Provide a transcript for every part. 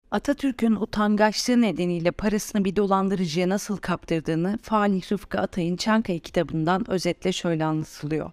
Atatürk'ün utangaçlığı nedeniyle parasını bir dolandırıcıya nasıl kaptırdığını Falih Rıfkı Atay'ın Çankaya kitabından özetle şöyle anlatılıyor.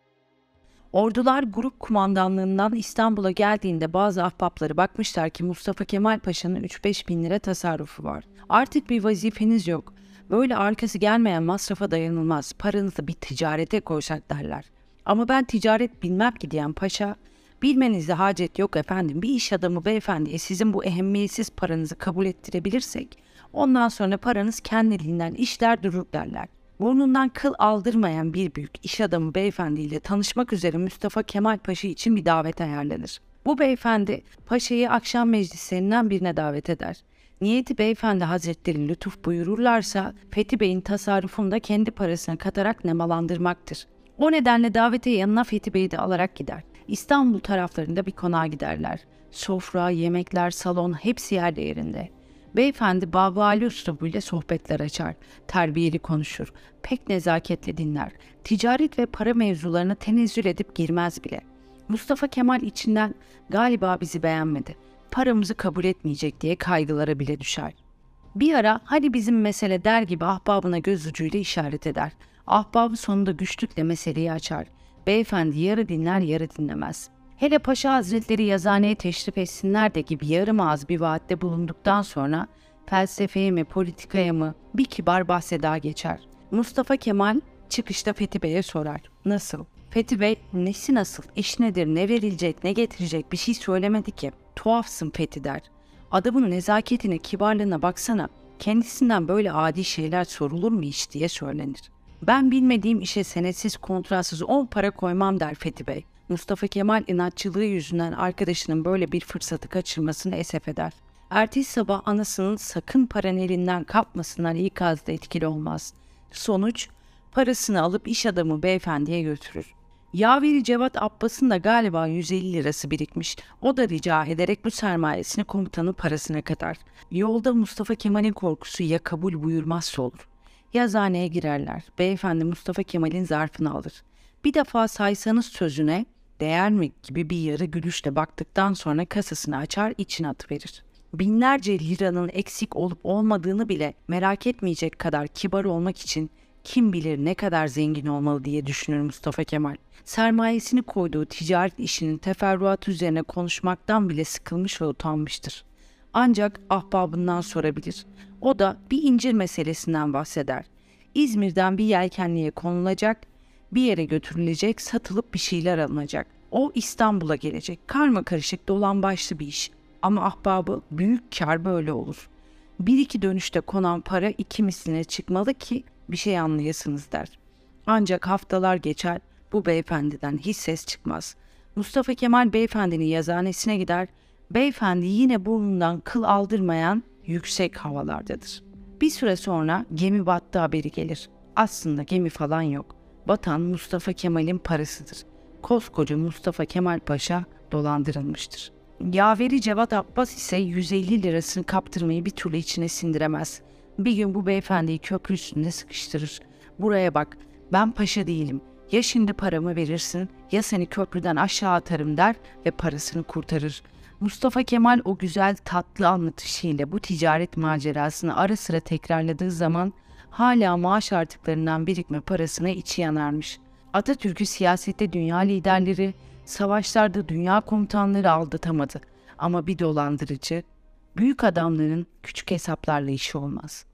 Ordular grup kumandanlığından İstanbul'a geldiğinde bazı ahbapları bakmışlar ki Mustafa Kemal Paşa'nın 3-5 bin lira tasarrufu var. Artık bir vazifeniz yok. Böyle arkası gelmeyen masrafa dayanılmaz. Paranızı bir ticarete koysak derler. Ama ben ticaret bilmem ki diyen paşa, bilmenize hacet yok efendim. Bir iş adamı beyefendiye sizin bu ehemmiyetsiz paranızı kabul ettirebilirsek, ondan sonra paranız kendiliğinden işler durur derler. Burnundan kıl aldırmayan bir büyük iş adamı beyefendiyle tanışmak üzere Mustafa Kemal Paşa için bir davet ayarlanır. Bu beyefendi paşayı akşam meclislerinden birine davet eder. Niyeti beyefendi hazretleri lütuf buyururlarsa Fethi Bey'in tasarrufunu da kendi parasına katarak nemalandırmaktır. O nedenle davete yanına Fethi Bey'i de alarak gider. İstanbul taraflarında bir konağa giderler. Sofra, yemekler, salon hepsi yerli yerinde. Beyefendi Babali üslubuyla sohbetler açar, terbiyeli konuşur, pek nezaketle dinler. Ticaret ve para mevzularına tenezzül edip girmez bile. Mustafa Kemal içinden galiba bizi beğenmedi, paramızı kabul etmeyecek diye kaygılara bile düşer. Bir ara hani bizim mesele der gibi ahbabına göz ucuyla işaret eder. Ahbabı sonunda güçlükle meseleyi açar. Beyefendi yarı dinler yarı dinlemez. Hele Paşa Hazretleri yazıhaneye teşrif etsinler de gibi yarım ağız bir vaatte bulunduktan sonra felsefeye mi politikaya mı bir kibar bahse daha geçer. Mustafa Kemal çıkışta Fethi Bey'e sorar. Nasıl? Fethi Bey nesi nasıl, iş nedir, ne verilecek, ne getirecek bir şey söylemedi ki. Tuhafsın Fethi der. Adamın nezaketine, kibarlığına baksana. Kendisinden böyle adi şeyler sorulur mu hiç diye söylenir. Ben bilmediğim işe senetsiz, kontratsız 10 para koymam der Fethi Bey. Mustafa Kemal inatçılığı yüzünden arkadaşının böyle bir fırsatı kaçırmasını esef eder. Ertesi sabah anasının sakın paranı elinden kapmasınlar ikazı da etkili olmaz. Sonuç, parasını alıp iş adamı beyefendiye götürür. Yaveri Cevat Abbas'ın da galiba 150 lirası birikmiş. O da rica ederek bu sermayesini komutanın parasına kadar. Yolda Mustafa Kemal'in korkusu ya kabul buyurmazsa olur. Yazıhaneye girerler. Beyefendi Mustafa Kemal'in zarfını alır. Bir defa saysanız sözüne değer mi gibi bir yarı gülüşle baktıktan sonra kasasını açar içine atıverir. Binlerce liranın eksik olup olmadığını bile merak etmeyecek kadar kibar olmak için kim bilir ne kadar zengin olmalı diye düşünür Mustafa Kemal. Sermayesini koyduğu ticaret işinin teferruatı üzerine konuşmaktan bile sıkılmış ve utanmıştır. Ancak ahbabından sorabilir. O da bir incir meselesinden bahseder. İzmir'den bir yelkenliğe konulacak, bir yere götürülecek, satılıp bir şeyler alınacak. O İstanbul'a gelecek. Karmakarışık dolambaçlı bir iş. Ama ahbabı büyük kar böyle olur. Bir iki dönüşte konan para iki misline çıkmalı ki bir şey anlayasınız der. Ancak haftalar geçer, bu beyefendiden hiç ses çıkmaz. Mustafa Kemal beyefendinin yazıhanesine gider, beyefendi yine burnundan kıl aldırmayan yüksek havalardadır. Bir süre sonra gemi battı haberi gelir. Aslında gemi falan yok. Batan Mustafa Kemal'in parasıdır. Koskoca Mustafa Kemal Paşa dolandırılmıştır. Yaveri Cevat Abbas ise 150 lirasını kaptırmayı bir türlü içine sindiremez. Bir gün bu beyefendiyi köprü üstünde sıkıştırır. Buraya bak, ben paşa değilim. Ya şimdi paramı verirsin ya seni köprüden aşağı atarım der ve parasını kurtarır. Mustafa Kemal o güzel tatlı anlatışıyla bu ticaret macerasını ara sıra tekrarladığı zaman hala maaş artıklarından birikme parasına içi yanarmış. Atatürk'ü siyasette dünya liderleri, savaşlarda dünya komutanları aldatamadı. Ama bir dolandırıcı, büyük adamların küçük hesaplarla işi olmaz.